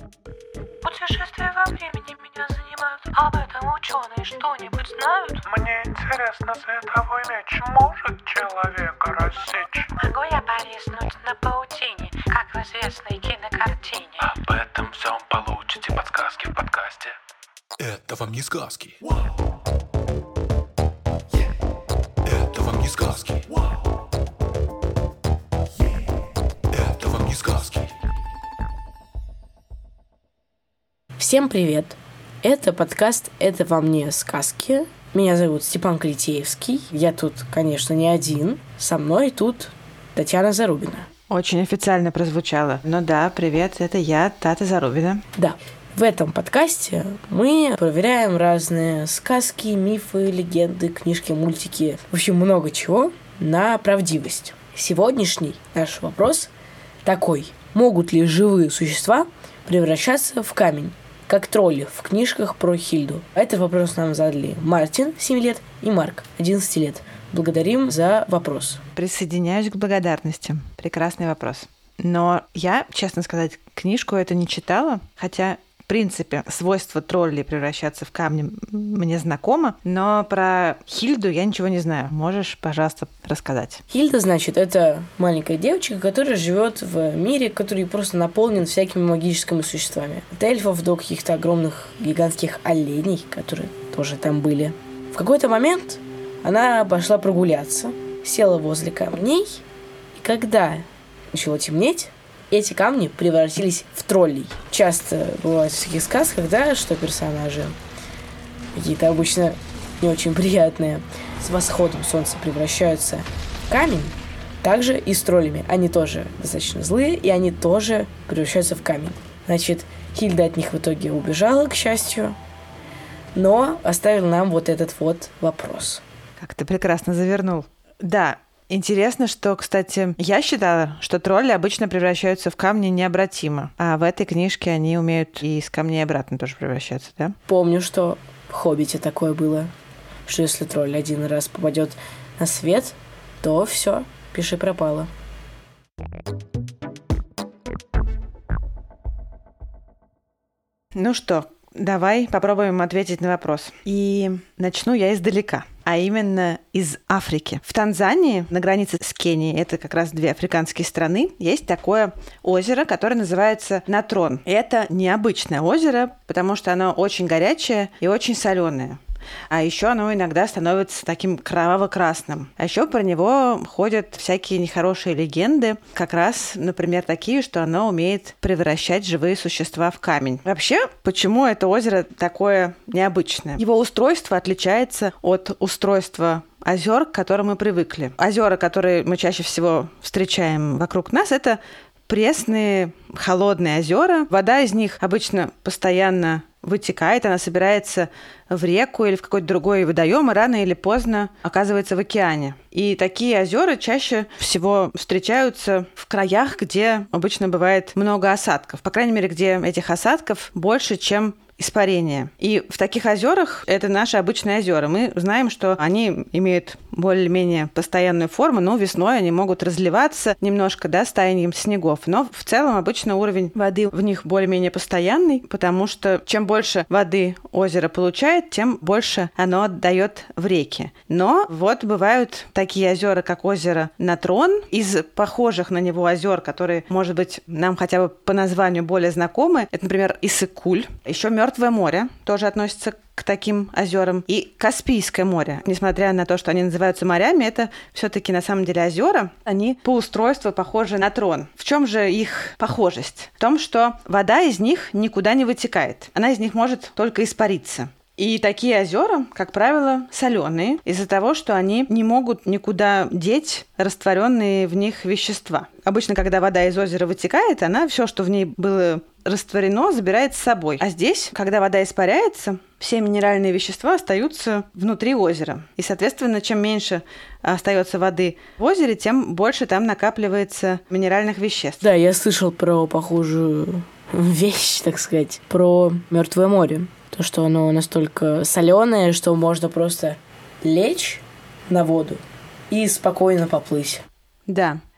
Путешествия во времени меня занимают. Об этом ученые что-нибудь знают? Мне интересно, световой меч может человека рассечь? Могу я повиснуть на паутине, как в известной кинокартине? Об этом всем получите подсказки в подкасте. Это вам не сказки. Это вам не сказки. Это вам не сказки. Всем привет! Это подкаст «Это вам не сказки». Меня зовут Степан Клитеевский. Я тут, конечно, не один. Со мной тут Татьяна Зарубина. Очень официально прозвучало. Ну да, привет, это я, Тата Зарубина. Да, в этом подкасте мы проверяем разные сказки, мифы, легенды, книжки, мультики, в общем, много чего на правдивость. Сегодняшний наш вопрос такой. Могут ли живые существа превращаться в камень, как тролли в книжках про Хильду? Этот вопрос нам задали Мартин, 7 лет, и Марк, 11 лет. Благодарим за вопрос. Присоединяюсь к благодарности. Прекрасный вопрос. Но я, честно сказать, книжку эту не читала, хотя, в принципе, свойство троллей превращаться в камни мне знакомо, но про Хильду я ничего не знаю. Можешь, пожалуйста, рассказать? Хильда, значит, это маленькая девочка, которая живет в мире, который просто наполнен всякими магическими существами. От эльфов до каких-то огромных гигантских оленей, которые тоже там были. В какой-то момент она пошла прогуляться, села возле камней, и когда начало темнеть, эти камни превратились в троллей. Часто бывает в всяких сказках, да, что персонажи какие-то обычно не очень приятные с восходом солнца превращаются в камень. Также и с троллями. Они тоже достаточно злые, и они тоже превращаются в камень. Значит, Хильда от них в итоге убежала, к счастью, но оставил нам вот этот вот вопрос. Как ты прекрасно завернул. Да, интересно, что, кстати, я считала, что тролли обычно превращаются в камни необратимо, а в этой книжке они умеют и из камней обратно тоже превращаться, да? Помню, что в «Хоббите» такое было, что если тролль один раз попадет на свет, то все, пиши пропало. Ну что, давай попробуем ответить на вопрос. И начну я издалека, а именно из Африки. В Танзании, на границе с Кенией, это как раз две африканские страны, есть такое озеро, которое называется Натрон. Это необычное озеро, потому что оно очень горячее и очень соленое. А еще оно иногда становится таким кроваво-красным. А еще про него ходят всякие нехорошие легенды, как раз, например, такие, что оно умеет превращать живые существа в камень. Вообще, почему это озеро такое необычное? Его устройство отличается от устройства озер, к которым мы привыкли. Озера, которые мы чаще всего встречаем вокруг нас, это пресные, холодные озера. Вода из них обычно постоянно вытекает, она собирается в реку или в какой-то другой водоем, и рано или поздно оказывается в океане. И такие озера чаще всего встречаются в краях, где обычно бывает много осадков. По крайней мере, где этих осадков больше, чем испарения. И в таких озерах, это наши обычные озера, мы знаем, что они имеют более-менее постоянную форму, но весной они могут разливаться немножко, да, с таянием снегов. Но в целом обычно уровень воды в них более-менее постоянный, потому что чем больше воды озеро получает, тем больше оно отдает в реки. Но вот бывают такие озера, как озеро Натрон, из похожих на него озер, которые, может быть, нам хотя бы по названию более знакомы. Это, например, Иссык-Куль, еще Мертвое море тоже относится к таким озерам, и Каспийское море. Несмотря на то, что они называются морями, это все-таки на самом деле озера. Они по устройству похожи на трон. В чем же их похожесть? В том, что вода из них никуда не вытекает. Она из них может только испариться. И такие озера, как правило, соленые из-за того, что они не могут никуда деть растворенные в них вещества. Обычно, когда вода из озера вытекает, она все, что в ней было растворено, забирает с собой. А здесь, когда вода испаряется, все минеральные вещества остаются внутри озера. И, соответственно, чем меньше остается воды в озере, тем больше там накапливается минеральных веществ. Да, я слышал про похожую вещь, так сказать, про Мертвое море. То, что оно настолько соленое, что можно просто лечь на воду и спокойно поплыть. Да.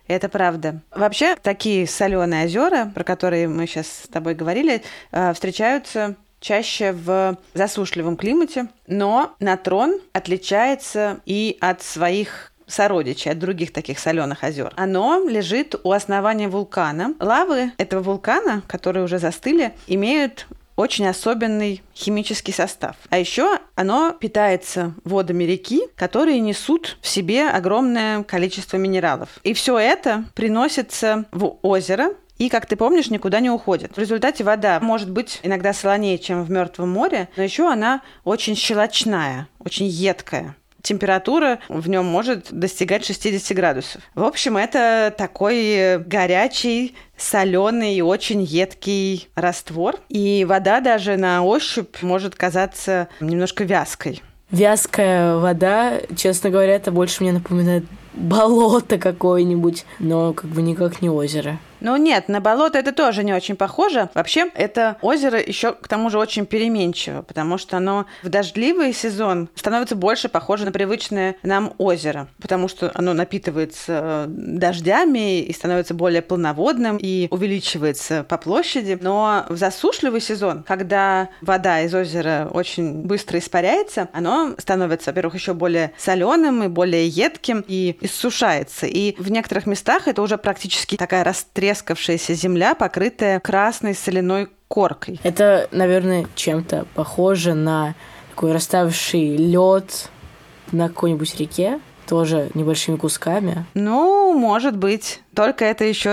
Это правда. Вообще, такие соленые озера, про которые мы сейчас с тобой говорили, встречаются чаще в засушливом климате, но натрон отличается и от своих сородичей, от других таких соленых озер. Оно лежит у основания вулкана. Лавы этого вулкана, которые уже застыли, имеют очень особенный химический состав. А еще оно питается водами реки, которые несут в себе огромное количество минералов. И все это приносится в озеро, и, как ты помнишь, никуда не уходит. В результате вода может быть иногда солонее, чем в Мертвом море, но еще она очень щелочная, очень едкая. Температура в нем может достигать 60 градусов. В общем, это такой горячий, соленый и очень едкий раствор. И вода даже на ощупь может казаться немножко вязкой. Вязкая вода, честно говоря, это больше мне напоминает болото какое-нибудь, но как бы никак не озеро. Ну нет, на болото это тоже не очень похоже. Вообще, это озеро еще к тому же очень переменчиво, потому что оно в дождливый сезон становится больше похоже на привычное нам озеро, потому что оно напитывается дождями и становится более полноводным и увеличивается по площади. Но в засушливый сезон, когда вода из озера очень быстро испаряется, оно становится, во-первых, еще более соленым и более едким и иссушается. И в некоторых местах это уже практически такая растрескавшаяся земля, покрытая красной соляной коркой. Это, наверное, чем-то похоже на такой растаявший лед на какой-нибудь реке, тоже небольшими кусками. Ну, может быть. Только это еще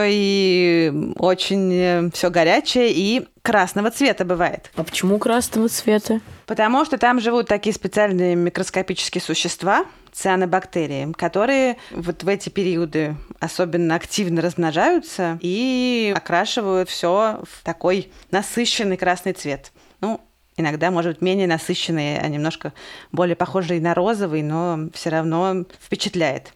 и очень все горячее и красного цвета бывает. А почему красного цвета? Потому что там живут такие специальные микроскопические существа, цианобактерии, которые вот в эти периоды особенно активно размножаются и окрашивают все в такой насыщенный красный цвет. Ну, иногда, может быть, менее насыщенный, а немножко более похожий на розовый, но все равно впечатляет.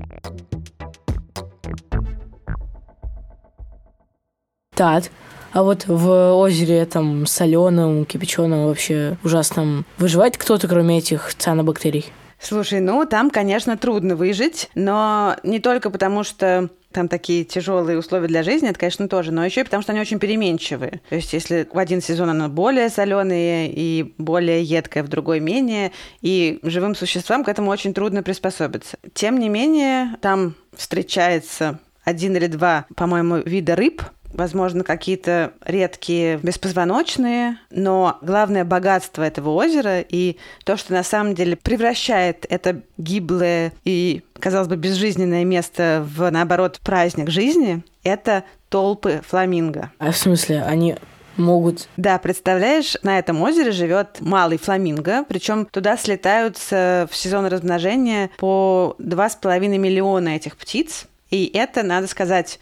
Так, а вот в озере там соленом, кипяченом, вообще ужасном, выживает кто-то, кроме этих цианобактерий? Слушай, ну там, конечно, трудно выжить, но не только потому, что там такие тяжелые условия для жизни, это, конечно, тоже, но еще и потому, что они очень переменчивые. То есть, если в один сезон оно более соленое и более едкое, в другой менее, и живым существам к этому очень трудно приспособиться. Тем не менее, там встречается 1 или 2, по-моему, вида рыб, возможно, какие-то редкие беспозвоночные, но главное богатство этого озера и то, что на самом деле превращает это гиблое и, казалось бы, безжизненное место в, наоборот, праздник жизни, это толпы фламинго. А в смысле, они могут... Да, представляешь, на этом озере живет малый фламинго, причем туда слетаются в сезон размножения по 2,5 миллиона этих птиц. И это, надо сказать,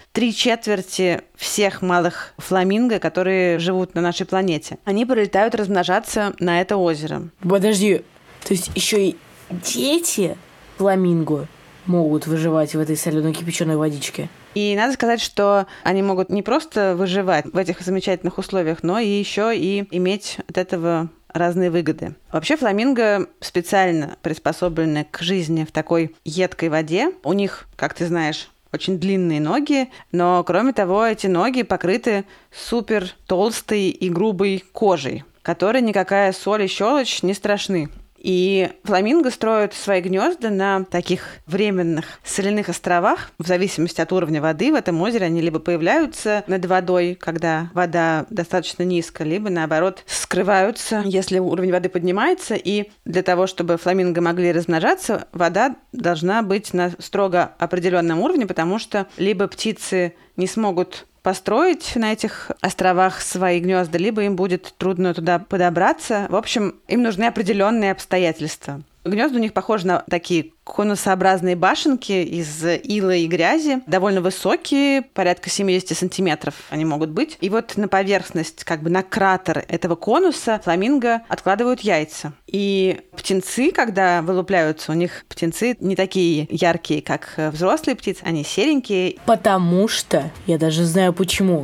3/4 всех малых фламинго, которые живут на нашей планете. Они прилетают размножаться на это озеро. Подожди, то есть еще и дети фламинго могут выживать в этой соленой кипяченой водичке? И надо сказать, что они могут не просто выживать в этих замечательных условиях, но и еще и иметь от этого разные выгоды. Вообще фламинго специально приспособлены к жизни в такой едкой воде. У них, как ты знаешь, очень длинные ноги, но, кроме того, эти ноги покрыты супер толстой и грубой кожей, которой никакая соль и щелочь не страшны. И фламинго строят свои гнезда на таких временных соляных островах. В зависимости от уровня воды в этом озере они либо появляются над водой, когда вода достаточно низкая, либо, наоборот, скрываются, если уровень воды поднимается. И для того, чтобы фламинго могли размножаться, вода должна быть на строго определенном уровне, потому что либо птицы не смогут построить на этих островах свои гнезда, либо им будет трудно туда подобраться. В общем, им нужны определенные обстоятельства. Гнезда у них похожи на такие конусообразные башенки из ила и грязи, довольно высокие, порядка 70 сантиметров они могут быть. И вот на поверхность, как бы на кратер этого конуса фламинго откладывают яйца. И птенцы, когда вылупляются, у них птенцы не такие яркие, как взрослые птицы, они серенькие. Потому что, я даже знаю почему,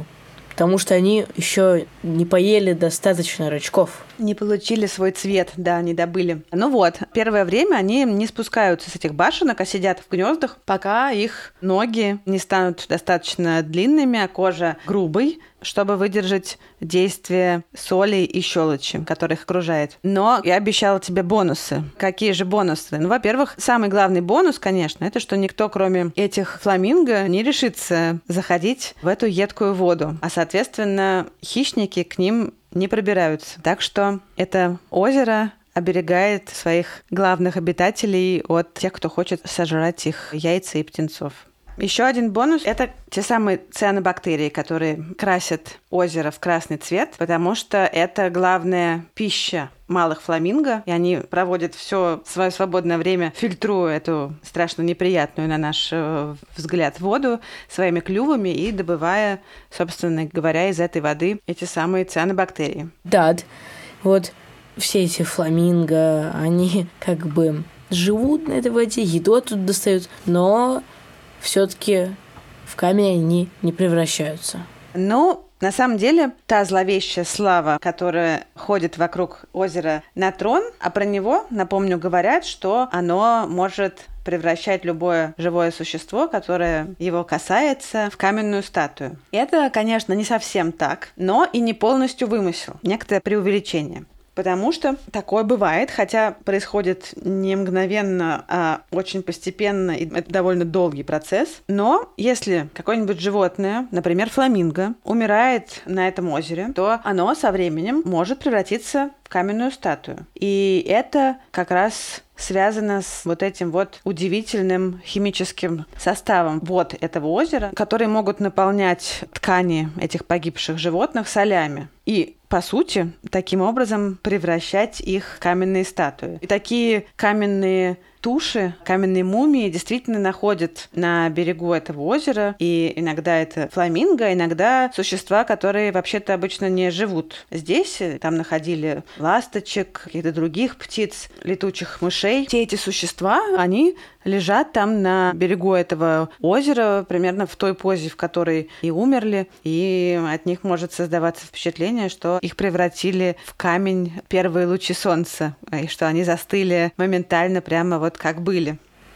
Потому что они еще не поели достаточно рачков. Не получили свой цвет, да, не добыли. Ну вот, первое время они не спускаются с этих башенок, а сидят в гнездах, пока их ноги не станут достаточно длинными, а кожа грубой, чтобы выдержать действие соли и щелочи, которые их окружает. Но я обещала тебе бонусы. Какие же бонусы? Ну, во-первых, самый главный бонус, конечно, это что никто, кроме этих фламинго, не решится заходить в эту едкую воду. А, соответственно, хищники к ним не пробираются. Так что это озеро оберегает своих главных обитателей от тех, кто хочет сожрать их яйца и птенцов. Еще один бонус – это те самые цианобактерии, которые красят озеро в красный цвет, потому что это главная пища малых фламинго, и они проводят все свое свободное время, фильтруя эту страшно неприятную, на наш взгляд, воду своими клювами и добывая, собственно говоря, из этой воды эти самые цианобактерии. Да, вот все эти фламинго, они как бы живут на этой воде, еду оттуда достают, но все-таки в камень они не превращаются. Ну, на самом деле, та зловещая слава, которая ходит вокруг озера Натрон, а про него, напомню, говорят, что оно может превращать любое живое существо, которое его касается, в каменную статую. Это, конечно, не совсем так, но и не полностью вымысел, некоторое преувеличение. Потому что такое бывает, хотя происходит не мгновенно, а очень постепенно, и это довольно долгий процесс. Но если какое-нибудь животное, например, фламинго, умирает на этом озере, то оно со временем может превратиться в каменную статую. И это как раз связано с вот этим вот удивительным химическим составом вод этого озера, которые могут наполнять ткани этих погибших животных солями. И, по сути, таким образом превращать их в каменные статуи. И такие каменные туши, каменные мумии действительно находят на берегу этого озера. И иногда это фламинго, иногда существа, которые вообще-то обычно не живут здесь. Там находили ласточек, каких-то других птиц, летучих мышей. Все эти существа, они лежат там на берегу этого озера, примерно в той позе, в которой и умерли. И от них может создаваться впечатление, что их превратили в камень первые лучи солнца, и что они застыли моментально прямо вот как были.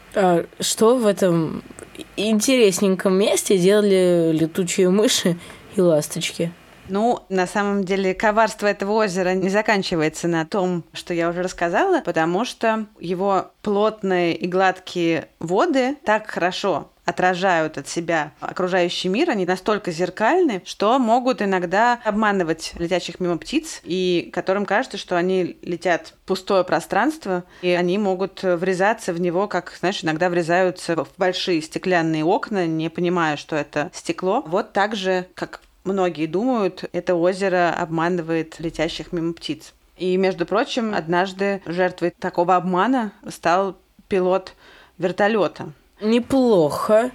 А что в этом интересненьком месте делали летучие мыши и ласточки? Ну, на самом деле, коварство этого озера не заканчивается на том, что я уже рассказала, потому что его плотные и гладкие воды так хорошо отражают от себя окружающий мир, они настолько зеркальны, что могут иногда обманывать летящих мимо птиц, и которым кажется, что они летят в пустое пространство, и они могут врезаться в него, как, знаешь, иногда врезаются в большие стеклянные окна, не понимая, что это стекло. Вот так же, как многие думают, это озеро обманывает летящих мимо птиц. И, между прочим, однажды жертвой такого обмана стал пилот вертолета. Неплохо.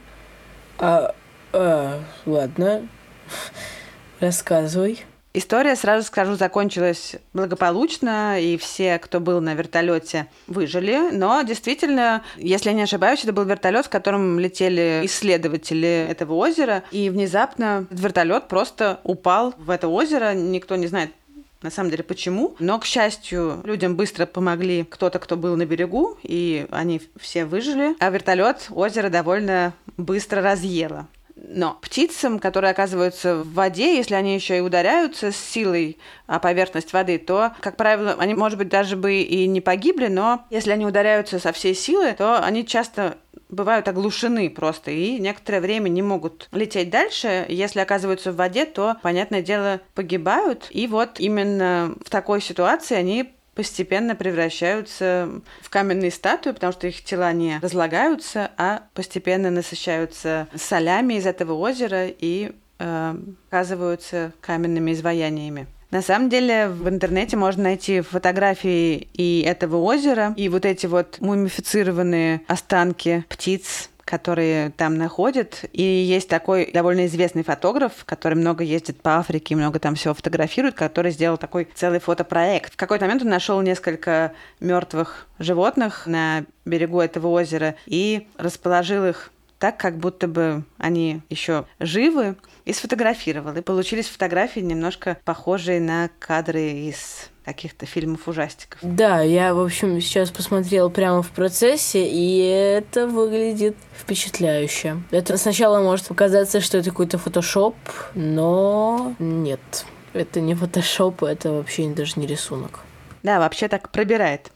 Ладно. Рассказывай. История, сразу скажу, закончилась благополучно, и все, кто был на вертолете, выжили. Но действительно, если я не ошибаюсь, это был вертолет, в котором летели исследователи этого озера, и внезапно вертолет просто упал в это озеро. Никто не знает, на самом деле, почему. Но, к счастью, людям быстро помогли кто-то, кто был на берегу, и они все выжили. А вертолет озеро довольно быстро разъело. Но птицам, которые оказываются в воде, если они еще и ударяются с силой о поверхность воды, то, как правило, они, может быть, даже бы и не погибли, но если они ударяются со всей силы, то они часто бывают оглушены просто и некоторое время не могут лететь дальше. Если оказываются в воде, то, понятное дело, погибают. И вот именно в такой ситуации они постепенно превращаются в каменные статуи, потому что их тела не разлагаются, а постепенно насыщаются солями из этого озера и оказываются каменными изваяниями. На самом деле в интернете можно найти фотографии и этого озера, и вот эти вот мумифицированные останки птиц, которые там находят. И есть такой довольно известный фотограф, который много ездит по Африке и много там всего фотографирует, который сделал такой целый фотопроект. В какой-то момент он нашел несколько мертвых животных на берегу этого озера и расположил их так, как будто бы они еще живы, и сфотографировал. И получились фотографии немножко похожие на кадры из каких-то фильмов-ужастиков. Да, я, в общем, сейчас посмотрела прямо в процессе, и это выглядит впечатляюще. Это сначала может показаться, что это какой-то фотошоп, но нет. Это не фотошоп, это вообще даже не рисунок. Да, вообще так пробирает.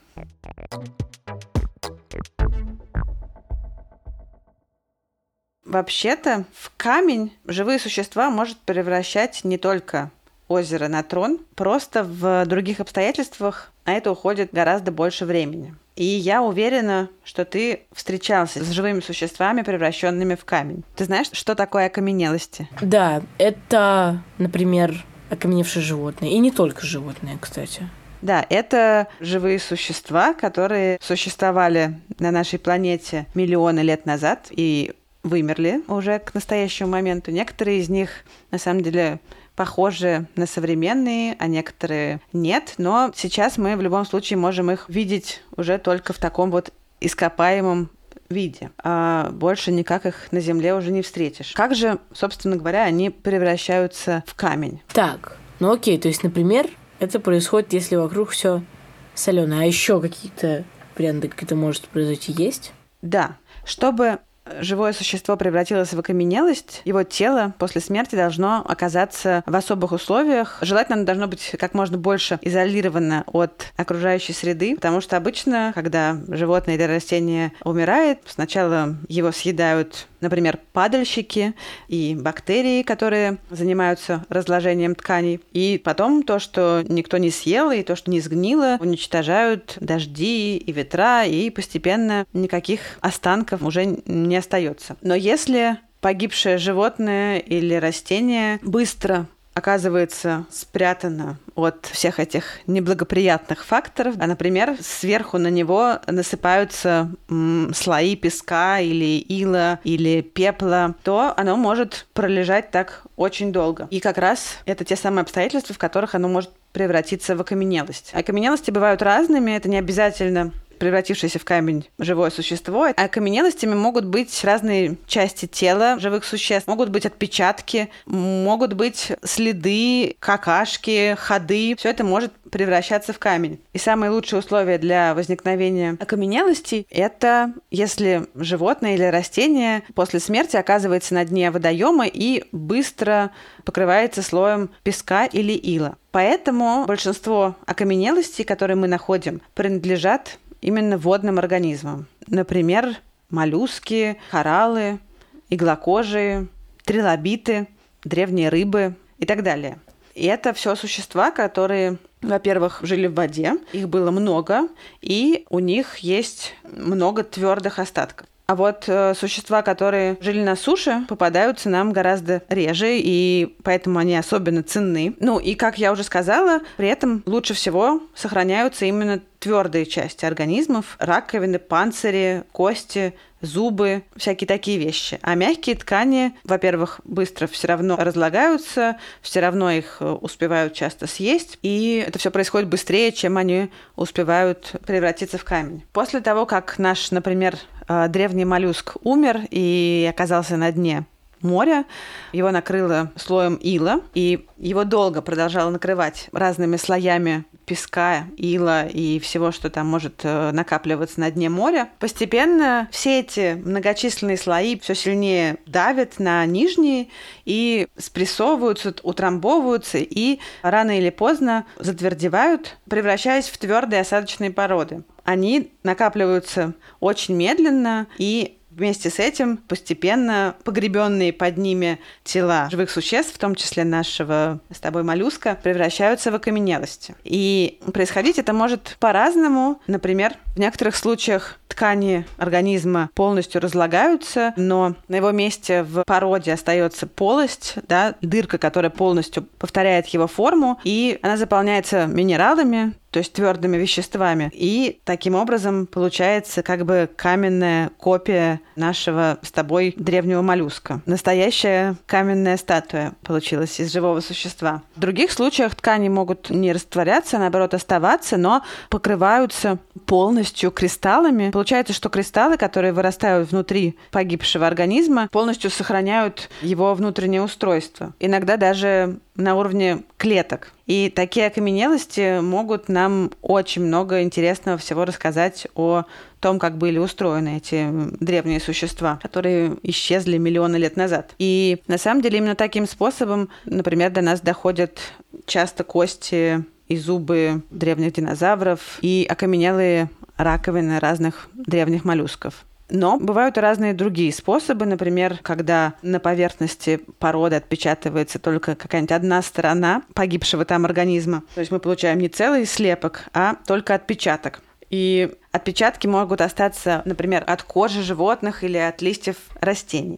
Вообще-то в камень живые существа может превращать не только озеро на трон, просто в других обстоятельствах на это уходит гораздо больше времени. И я уверена, что ты встречался с живыми существами, превращенными в камень. Ты знаешь, что такое окаменелости? Да, это, например, окаменевшие животные. И не только животные, кстати. Да, это живые существа, которые существовали на нашей планете миллионы лет назад и вымерли уже к настоящему моменту. Некоторые из них, на самом деле, похожи на современные, а некоторые нет. Но сейчас мы в любом случае можем их видеть уже только в таком вот ископаемом виде. А больше никак их на Земле уже не встретишь. Как же, собственно говоря, они превращаются в камень? Так, ну окей, то есть, например, это происходит, если вокруг все соленое. А еще какие-то варианты, как это может произойти, есть? Да. Чтобы живое существо превратилось в окаменелость, его тело после смерти должно оказаться в особых условиях. Желательно оно должно быть как можно больше изолировано от окружающей среды, потому что обычно, когда животное или растение умирает, сначала его съедают, например, падальщики и бактерии, которые занимаются разложением тканей. И потом то, что никто не съел, и то, что не сгнило, уничтожают дожди и ветра, и постепенно никаких останков уже не остается. Но если погибшее животное или растение быстро оказывается спрятано от всех этих неблагоприятных факторов, а, например, сверху на него насыпаются слои песка или ила или пепла, то оно может пролежать так очень долго. И как раз это те самые обстоятельства, в которых оно может превратиться в окаменелость. Окаменелости бывают разными, это не обязательно превратившееся в камень живое существо. А окаменелостями могут быть разные части тела живых существ, могут быть отпечатки, могут быть следы, какашки, ходы. Все это может превращаться в камень. И самые лучшие условия для возникновения окаменелости – это если животное или растение после смерти оказывается на дне водоема и быстро покрывается слоем песка или ила. Поэтому большинство окаменелостей, которые мы находим, принадлежат именно водным организмам. Например, моллюски, кораллы, иглокожие, трилобиты, древние рыбы и так далее. И это все существа, которые, во-первых, жили в воде, их было много, и у них есть много твердых остатков. А вот существа, которые жили на суше, попадаются нам гораздо реже, и поэтому они особенно ценны. Ну и, как я уже сказала, при этом лучше всего сохраняются именно твердые части организмов: раковины, панцири, кости, зубы, всякие такие вещи. А мягкие ткани, во-первых, быстро все равно разлагаются, все равно их успевают часто съесть, и это все происходит быстрее, чем они успевают превратиться в камень. После того, как наш, например, древний моллюск умер и оказался на дне моря, его накрыло слоем ила, и его долго продолжало накрывать разными слоями песка, ила и всего, что там может накапливаться на дне моря. Постепенно все эти многочисленные слои все сильнее давят на нижние и спрессовываются, утрамбовываются и рано или поздно затвердевают, превращаясь в твердые осадочные породы. Они накапливаются очень медленно, и вместе с этим постепенно погребенные под ними тела живых существ, в том числе нашего с тобой моллюска, превращаются в окаменелости. И происходить это может по-разному. Например, в некоторых случаях ткани организма полностью разлагаются, но на его месте в породе остается полость, да, дырка, которая полностью повторяет его форму, и она заполняется минералами, то есть твердыми веществами. И таким образом получается как бы каменная копия нашего с тобой древнего моллюска. Настоящая каменная статуя получилась из живого существа. В других случаях ткани могут не растворяться, а наоборот оставаться, но покрываются полностью кристаллами. Получается, что кристаллы, которые вырастают внутри погибшего организма, полностью сохраняют его внутреннее устройство. Иногда даже на уровне клеток. И такие окаменелости могут нам очень много интересного всего рассказать о том, как были устроены эти древние существа, которые исчезли миллионы лет назад. И на самом деле именно таким способом, например, до нас доходят часто кости и зубы древних динозавров и окаменелые раковины разных древних моллюсков. Но бывают и разные другие способы, например, когда на поверхности породы отпечатывается только какая-нибудь одна сторона погибшего там организма. То есть мы получаем не целый слепок, а только отпечаток. И отпечатки могут остаться, например, от кожи животных или от листьев растений.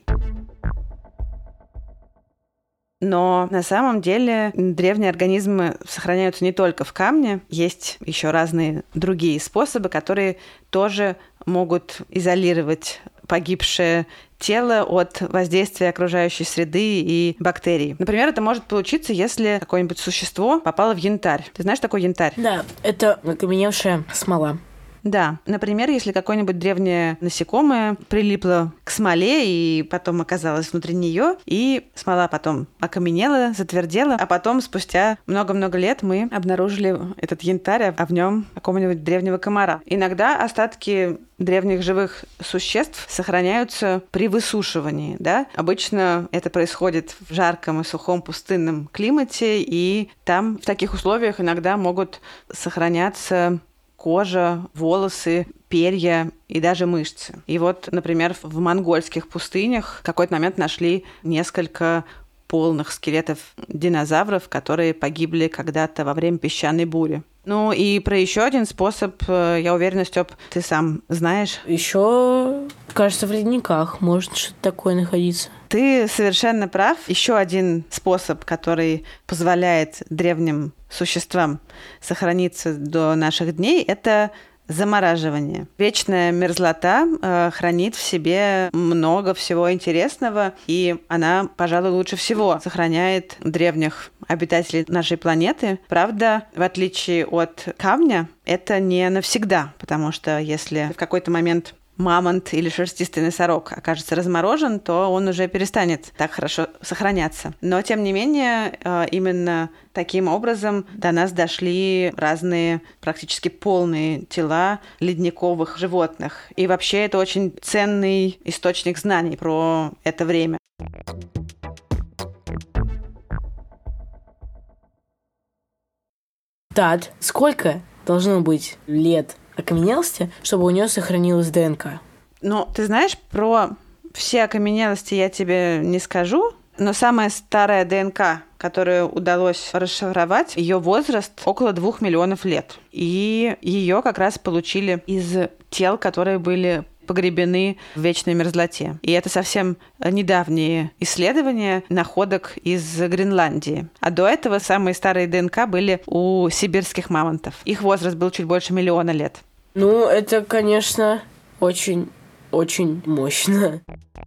Но на самом деле древние организмы сохраняются не только в камне. Есть еще разные другие способы, которые тоже могут изолировать погибшее тело от воздействия окружающей среды и бактерий. Например, это может получиться, если какое-нибудь существо попало в янтарь. Ты знаешь такой янтарь? Да, это окаменевшая смола. Да. Например, если какое-нибудь древнее насекомое прилипло к смоле и потом оказалось внутри нее, и смола потом окаменела, затвердела, а потом спустя много-много лет мы обнаружили этот янтарь, а в нем какого-нибудь древнего комара. Иногда остатки древних живых существ сохраняются при высушивании, да? Обычно это происходит в жарком и сухом пустынном климате, и там в таких условиях иногда могут сохраняться кожа, волосы, перья и даже мышцы. И вот, например, в монгольских пустынях в какой-то момент нашли несколько полных скелетов динозавров, которые погибли когда-то во время песчаной бури. Ну и про еще один способ, я уверена, Стёп, ты сам знаешь. Еще, кажется, в ледниках может что-то такое находиться. Ты совершенно прав. Еще один способ, который позволяет древним существам сохраниться до наших дней, это замораживание. Вечная мерзлота хранит в себе много всего интересного, и она, пожалуй, лучше всего сохраняет древних обитателей нашей планеты. Правда, в отличие от камня, это не навсегда, потому что если в какой-то момент мамонт или шерстистый носорог окажется разморожен, то он уже перестанет так хорошо сохраняться. Но, тем не менее, именно таким образом до нас дошли разные практически полные тела ледниковых животных. И вообще это очень ценный источник знаний про это время. Тат, сколько должно быть лет окаменелости, чтобы у нее сохранилась ДНК? Ну, ты знаешь, про все окаменелости я тебе не скажу, но самая старая ДНК, которую удалось расшифровать, ее возраст около 2 миллионов лет. И ее как раз получили из тел, которые были погребены в вечной мерзлоте. И это совсем недавние исследования находок из Гренландии. А до этого самые старые ДНК были у сибирских мамонтов. Их возраст был чуть больше 1 миллиона лет. Ну, это, конечно, очень мощно.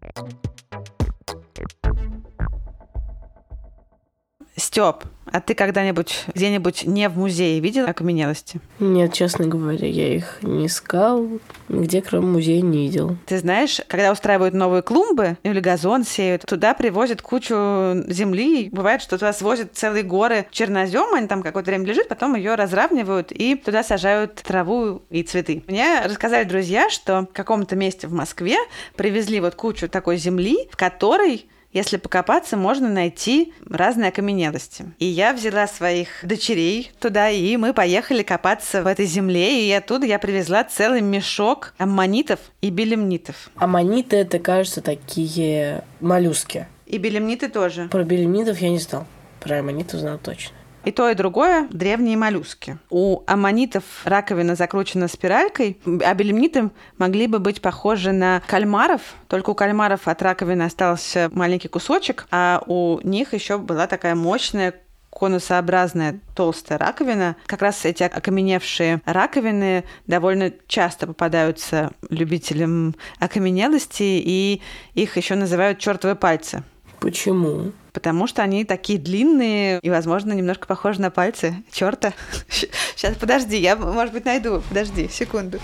Стёп, а ты когда-нибудь где-нибудь не в музее видел окаменелости? Нет, честно говоря, я их не искал, нигде кроме музея не видел. Ты знаешь, когда устраивают новые клумбы или газон сеют, туда привозят кучу земли. Бывает, что туда свозят целые горы чернозема, они там какое-то время лежит, потом ее разравнивают и туда сажают траву и цветы. Мне рассказали друзья, что в каком-то месте в Москве привезли вот кучу такой земли, в которой, если покопаться, можно найти разные окаменелости. И я взяла своих дочерей туда, и мы поехали копаться в этой земле, и оттуда я привезла целый мешок аммонитов и белемнитов. Аммониты — это, кажется, такие моллюски. И белемниты тоже. Про белемнитов я не знал. Про аммонитов знал точно. И то, и другое – древние моллюски. У аммонитов раковина закручена спиралькой, а белемниты могли бы быть похожи на кальмаров, только у кальмаров от раковины остался маленький кусочек, а у них еще была такая мощная конусообразная толстая раковина. Как раз эти окаменевшие раковины довольно часто попадаются любителям окаменелости, и их еще называют чертовы пальцы. Почему? Потому что они такие длинные и, возможно, немножко похожи на пальцы черта. Сейчас, подожди, я, может быть, найду. Подожди, секунду.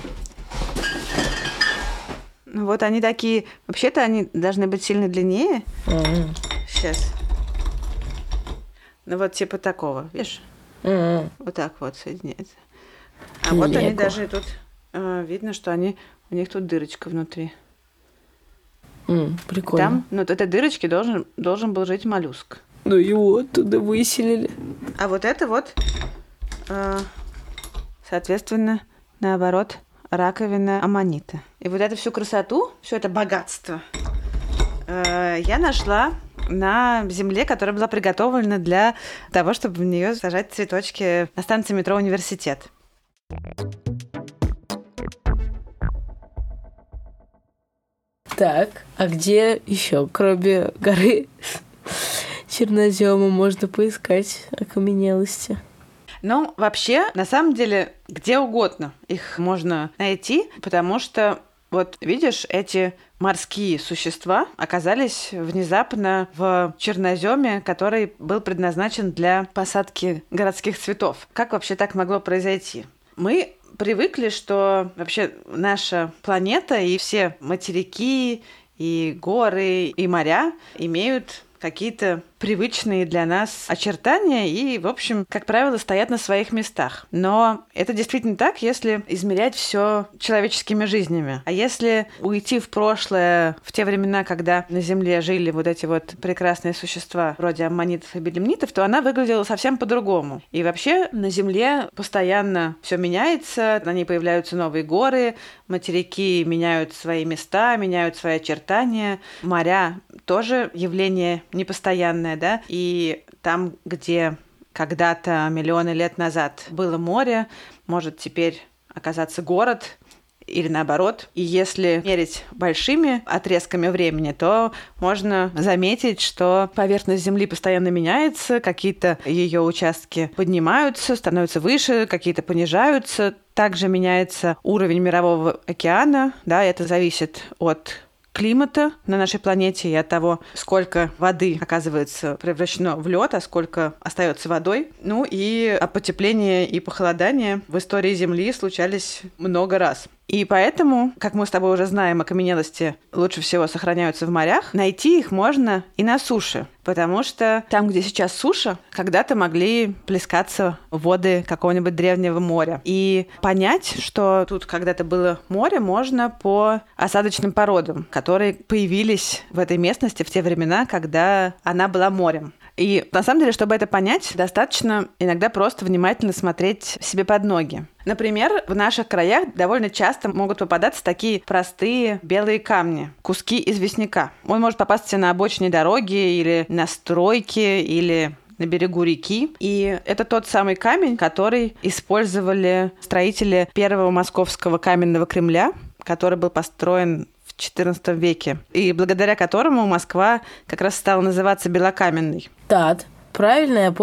Ну вот они такие... Вообще-то они должны быть сильно длиннее. Сейчас. Ну вот типа такого, видишь? Вот так вот соединяется. А вот они даже тут... видно, что у них тут дырочка внутри. Прикольно. Там, ну, в этой дырочке должен был жить моллюск. Ну его оттуда выселили. А вот это вот, соответственно, наоборот, раковина аммонита. И вот эту всю красоту, все это богатство я нашла на земле, которая была приготовлена для того, чтобы в нее сажать цветочки на станции метро «Университет». Так, а где еще, кроме горы чернозема, можно поискать окаменелости? Ну, вообще, на самом деле, где угодно их можно найти, потому что, вот видишь, эти морские существа оказались внезапно в черноземе, который был предназначен для посадки городских цветов. Как вообще так могло произойти? Мы привыкли, что вообще наша планета и все материки, и горы, и моря имеют какие-то привычные для нас очертания и, в общем, как правило, стоят на своих местах. Но это действительно так, если измерять все человеческими жизнями. А если уйти в прошлое, в те времена, когда на Земле жили вот эти вот прекрасные существа вроде аммонитов и белемнитов, то она выглядела совсем по-другому. И вообще на Земле постоянно все меняется, на ней появляются новые горы, материки меняют свои места, меняют свои очертания, моря тоже явление непостоянное, да, и там, где когда-то миллионы лет назад было море, может теперь оказаться город или наоборот. И если мерить большими отрезками времени, то можно заметить, что поверхность Земли постоянно меняется, какие-то ее участки поднимаются, становятся выше, какие-то понижаются. Также меняется уровень мирового океана, да, это зависит от климата на нашей планете и от того, сколько воды оказывается превращено в лед, а сколько остается водой. Ну и потепление и похолодание в истории Земли случались много раз. И поэтому, как мы с тобой уже знаем, окаменелости лучше всего сохраняются в морях. Найти их можно и на суше, потому что там, где сейчас суша, когда-то могли плескаться воды какого-нибудь древнего моря. И понять, что тут когда-то было море, можно по осадочным породам, которые появились в этой местности в те времена, когда она была морем. И на самом деле, чтобы это понять, достаточно иногда просто внимательно смотреть себе под ноги. Например, в наших краях довольно часто могут попадаться такие простые белые камни, куски известняка. Он может попасться на обочине дороги или на стройке, или на берегу реки. И это тот самый камень, который использовали строители первого московского каменного Кремля, который был построен в XIV веке, и благодаря которому Москва как раз стала называться Белокаменной. Да, правильно я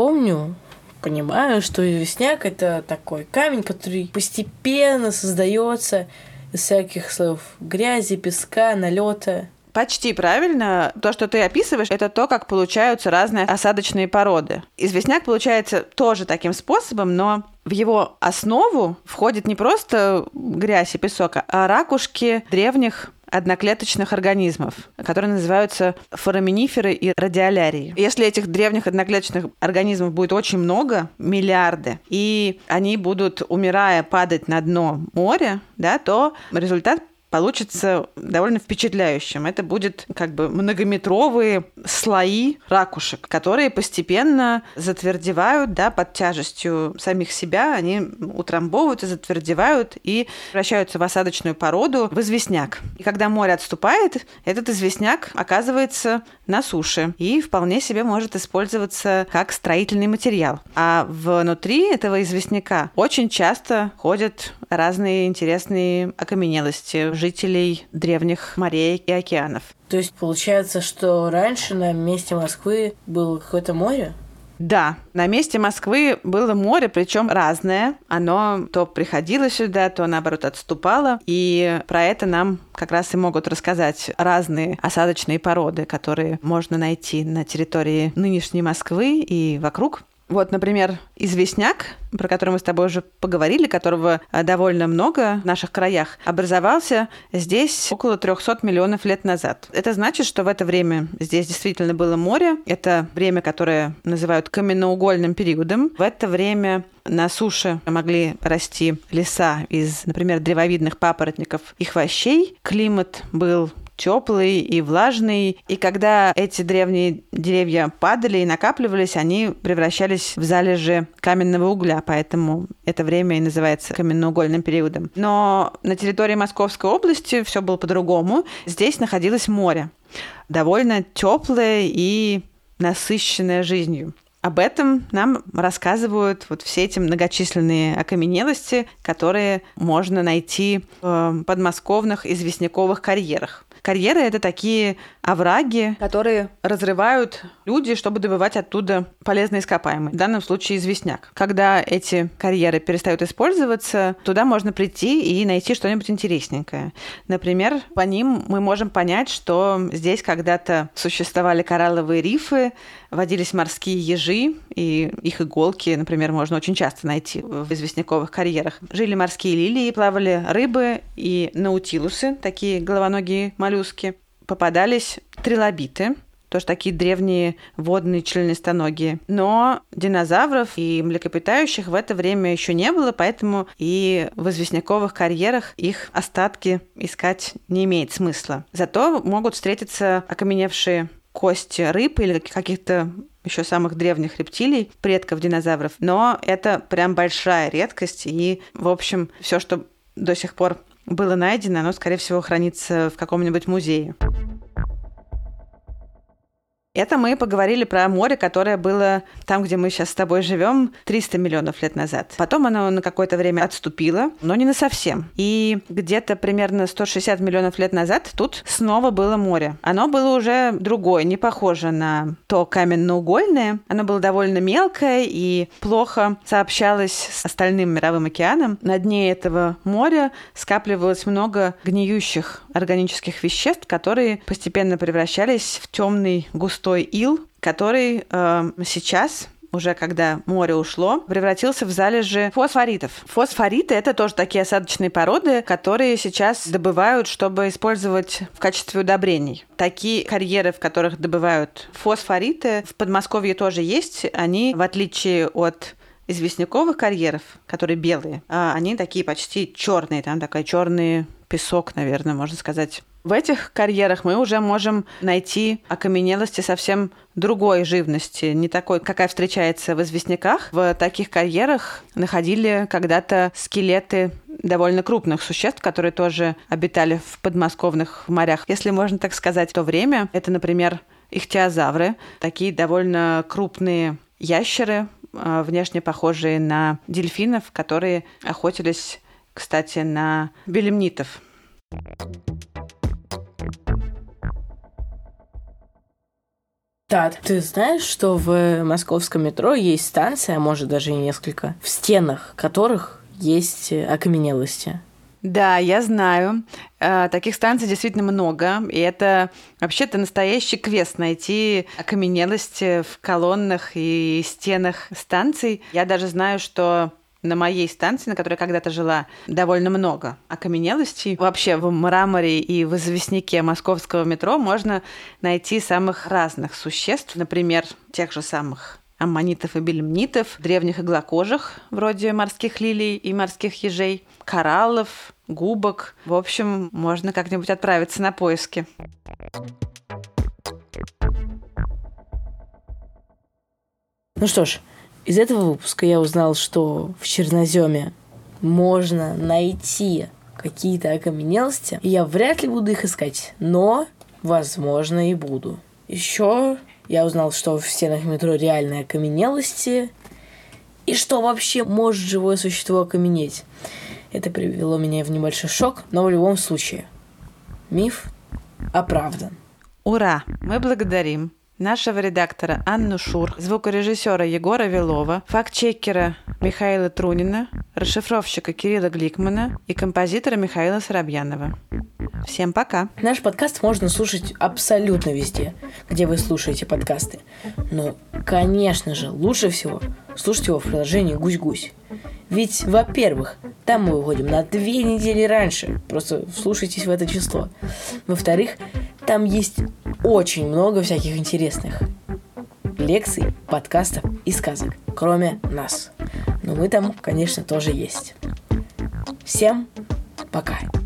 понимаю, что известняк — это такой камень, который постепенно создается из всяких слоев грязи, песка, налета. Почти правильно. То, что ты описываешь, это то, как получаются разные осадочные породы. Известняк получается тоже таким способом, но в его основу входит не просто грязь и песок, а ракушки древних одноклеточных организмов, которые называются фораминиферы и радиолярии. Если этих древних одноклеточных организмов будет очень много, миллиарды, и они будут, умирая, падать на дно моря, да, то результат получится довольно впечатляющим. Это будет как бы многометровые слои ракушек, которые постепенно затвердевают, да, под тяжестью самих себя, они утрамбовывают и затвердевают и превращаются в осадочную породу, в известняк. И когда море отступает, этот известняк оказывается на суше и вполне себе может использоваться как строительный материал. А внутри этого известняка очень часто ходят разные интересные окаменелости жителей древних морей и океанов. То есть получается, что раньше на месте Москвы было какое-то море? Да, на месте Москвы было море, причем разное. Оно то приходило сюда, то, наоборот, отступало. И про это нам как раз и могут рассказать разные осадочные породы, которые можно найти на территории нынешней Москвы и вокруг. Вот, например, известняк, про который мы с тобой уже поговорили, которого довольно много в наших краях, образовался здесь около 300 миллионов лет назад. Это значит, что в это время здесь действительно было море. Это время, которое называют каменноугольным периодом. В это время на суше могли расти леса из, например, древовидных папоротников и хвощей. Климат был теплый и влажный. И когда эти древние деревья падали и накапливались, они превращались в залежи каменного угля. Поэтому это время и называется каменноугольным периодом. Но на территории Московской области все было по-другому. Здесь находилось море, довольно теплое и насыщенное жизнью. Об этом нам рассказывают вот все эти многочисленные окаменелости, которые можно найти в подмосковных известняковых карьерах. Карьеры – это такие овраги, которые разрывают люди, чтобы добывать оттуда полезные ископаемые. В данном случае известняк. Когда эти карьеры перестают использоваться, туда можно прийти и найти что-нибудь интересненькое. Например, по ним мы можем понять, что здесь когда-то существовали коралловые рифы, водились морские ежи, и их иголки, например, можно очень часто найти в известняковых карьерах. Жили морские лилии, плавали рыбы и наутилусы, такие головоногие моллюски. Попадались трилобиты, тоже такие древние водные членистоногие. Но динозавров и млекопитающих в это время еще не было, поэтому и в известняковых карьерах их остатки искать не имеет смысла. Зато могут встретиться окаменевшие кости рыб или каких-то еще самых древних рептилий, предков динозавров. Но это прям большая редкость. И, в общем, все, что до сих пор было найдено, оно, скорее всего, хранится в каком-нибудь музее. Это мы поговорили про море, которое было там, где мы сейчас с тобой живем, 300 миллионов лет назад. Потом оно на какое-то время отступило, но не насовсем. И где-то примерно 160 миллионов лет назад тут снова было море. Оно было уже другое, не похоже на то каменноугольное. Оно было довольно мелкое и плохо сообщалось с остальным мировым океаном. На дне этого моря скапливалось много гниющих органических веществ, которые постепенно превращались в темный густой ил, который сейчас, уже когда море ушло, превратился в залежи фосфоритов. Фосфориты – это тоже такие осадочные породы, которые сейчас добывают, чтобы использовать в качестве удобрений. Такие карьеры, в которых добывают фосфориты, в Подмосковье тоже есть. Они, в отличие от известняковых карьеров, которые белые, они такие почти черные, там такой черный песок, наверное, можно сказать. В этих карьерах мы уже можем найти окаменелости совсем другой живности, не такой, какая встречается в известняках. В таких карьерах находили когда-то скелеты довольно крупных существ, которые тоже обитали в подмосковных морях, если можно так сказать. В то время это, например, ихтиозавры, такие довольно крупные ящеры, внешне похожие на дельфинов, которые охотились, кстати, на белемнитов. Да, ты знаешь, что в московском метро есть станция, а может даже и несколько, в стенах которых есть окаменелости? Да, я знаю. Таких станций действительно много. И это вообще-то настоящий квест найти окаменелости в колоннах и стенах станций. Я даже знаю, что на моей станции, на которой я когда-то жила, довольно много окаменелостей. Вообще в мраморе и в известняке московского метро можно найти самых разных существ. Например, тех же самых аммонитов и белемнитов, древних иглокожих, вроде морских лилий и морских ежей, кораллов, губок. В общем, можно как-нибудь отправиться на поиски. Ну что ж, из этого выпуска я узнал, что в Черноземе можно найти какие-то окаменелости, и я вряд ли буду их искать, но, возможно, и буду. Еще я узнал, что в стенах метро реальные окаменелости, и что вообще может живое существо окаменеть. Это привело меня в небольшой шок, но в любом случае, миф оправдан. Ура! Мы благодарим нашего редактора Анну Шур, звукорежиссера Егора Вилова, фактчекера Михаила Трунина, расшифровщика Кирилла Гликмана и композитора Михаила Соробьянова. Всем пока! Наш подкаст можно слушать абсолютно везде, где вы слушаете подкасты. Но, конечно же, лучше всего слушать его в приложении «Гусь-Гусь». Ведь, во-первых, там мы выходим на 2 недели раньше. Просто вслушайтесь в это число. Во-вторых, там есть очень много всяких интересных лекций, подкастов и сказок, кроме нас. Но мы там, конечно, тоже есть. Всем пока!